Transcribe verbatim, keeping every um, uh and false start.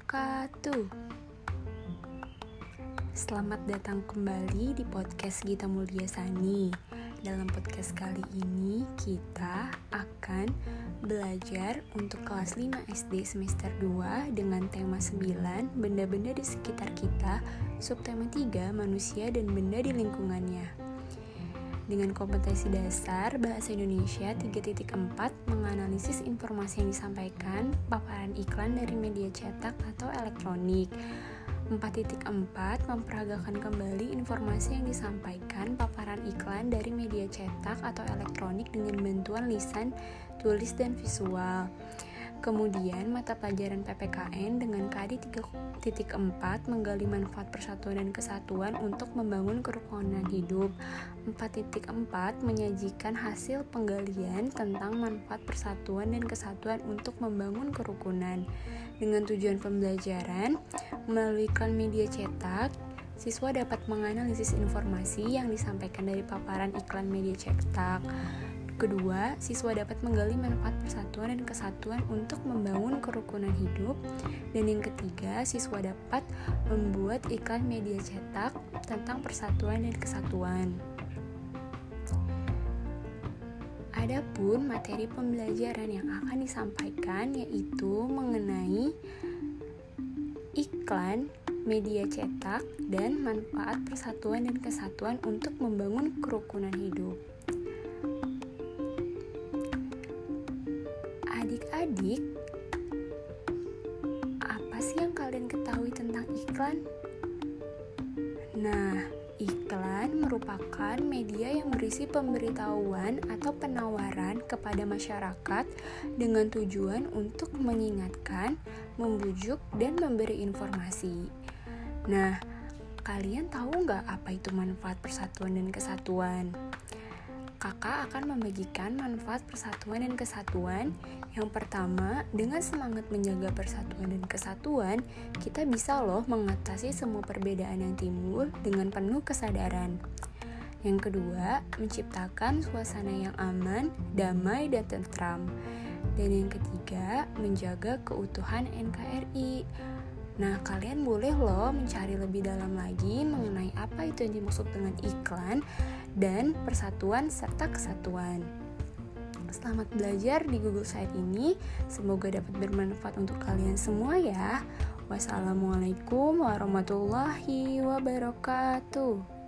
wabarakatuh. Selamat datang kembali di podcast Gita Mulyasani. Dalam podcast kali ini kita akan belajar untuk kelas lima S D semester dua dengan tema sembilan benda-benda di sekitar kita, subtema tiga manusia dan benda di lingkungannya. Dengan kompetensi dasar Bahasa Indonesia tiga titik empat menganalisis informasi yang disampaikan, paparan iklan dari media cetak atau elektronik. empat titik empat memperagakan kembali informasi yang disampaikan, paparan iklan dari media cetak atau elektronik dengan bantuan lisan, tulis, dan visual. Kemudian mata pelajaran P P K N dengan K D tiga titik empat menggali manfaat persatuan dan kesatuan untuk membangun kerukunan hidup. empat titik empat menyajikan hasil penggalian tentang manfaat persatuan dan kesatuan untuk membangun kerukunan. Dengan tujuan pembelajaran melalui iklan media cetak, siswa dapat menganalisis informasi yang disampaikan dari paparan iklan media cetak. Kedua, siswa dapat menggali manfaat persatuan dan kesatuan untuk membangun kerukunan hidup. Dan yang ketiga, siswa dapat membuat iklan media cetak tentang persatuan dan kesatuan. Adapun materi pembelajaran yang akan disampaikan yaitu mengenai iklan media cetak dan manfaat persatuan dan kesatuan untuk membangun kerukunan hidup. Adik-adik, apa sih yang kalian ketahui tentang iklan? Nah, iklan merupakan media yang berisi pemberitahuan atau penawaran kepada masyarakat dengan tujuan untuk mengingatkan, membujuk, dan memberi informasi. Nah, kalian tahu nggak apa itu manfaat persatuan dan kesatuan? Kakak akan membagikan manfaat persatuan dan kesatuan. Yang pertama, dengan semangat menjaga persatuan dan kesatuan, kita bisa loh mengatasi semua perbedaan yang timbul dengan penuh kesadaran. Yang kedua, menciptakan suasana yang aman, damai, dan tentram. Dan yang ketiga, menjaga keutuhan N K R I. Nah, kalian boleh loh mencari lebih dalam lagi mengenai apa itu yang dimaksud dengan iklan dan persatuan serta kesatuan. Selamat belajar di Google Site ini. Semoga dapat bermanfaat untuk kalian semua ya. Wassalamualaikum warahmatullahi wabarakatuh.